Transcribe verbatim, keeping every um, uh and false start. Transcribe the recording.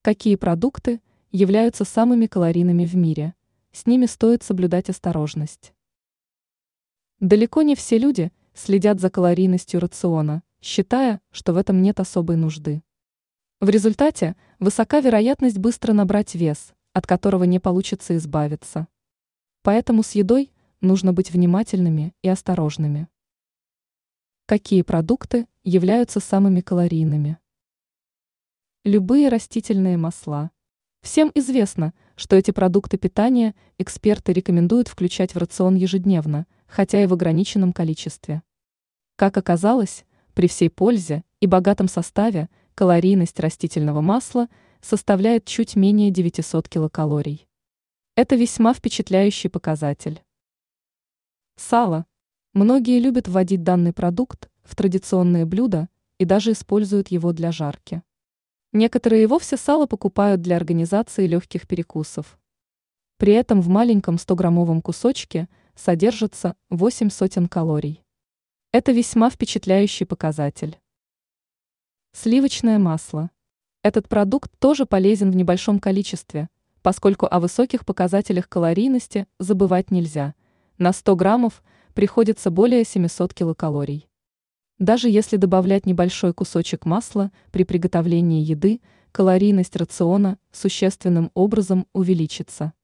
Какие продукты являются самыми калорийными в мире? С ними стоит соблюдать осторожность. Далеко не все люди следят за калорийностью рациона, считая, что в этом нет особой нужды. В результате высока вероятность быстро набрать вес, от которого не получится избавиться. Поэтому с едой нужно быть внимательными и осторожными. Какие продукты являются самыми калорийными? Любые растительные масла. Всем известно, что эти продукты питания эксперты рекомендуют включать в рацион ежедневно, хотя и в ограниченном количестве. Как оказалось, при всей пользе и богатом составе калорийность растительного масла составляет чуть менее девятисот килокалорий. Это весьма впечатляющий показатель. Сало. Многие любят вводить данный продукт в традиционные блюда и даже используют его для жарки. Некоторые и вовсе сало покупают для организации легких перекусов. При этом в маленьком стограммовом кусочке содержится восемь сотен калорий. Это весьма впечатляющий показатель. Сливочное масло. Этот продукт тоже полезен в небольшом количестве, поскольку о высоких показателях калорийности забывать нельзя. На сто граммов приходится более семисот килокалорий. Даже если добавлять небольшой кусочек масла при приготовлении еды, калорийность рациона существенным образом увеличится.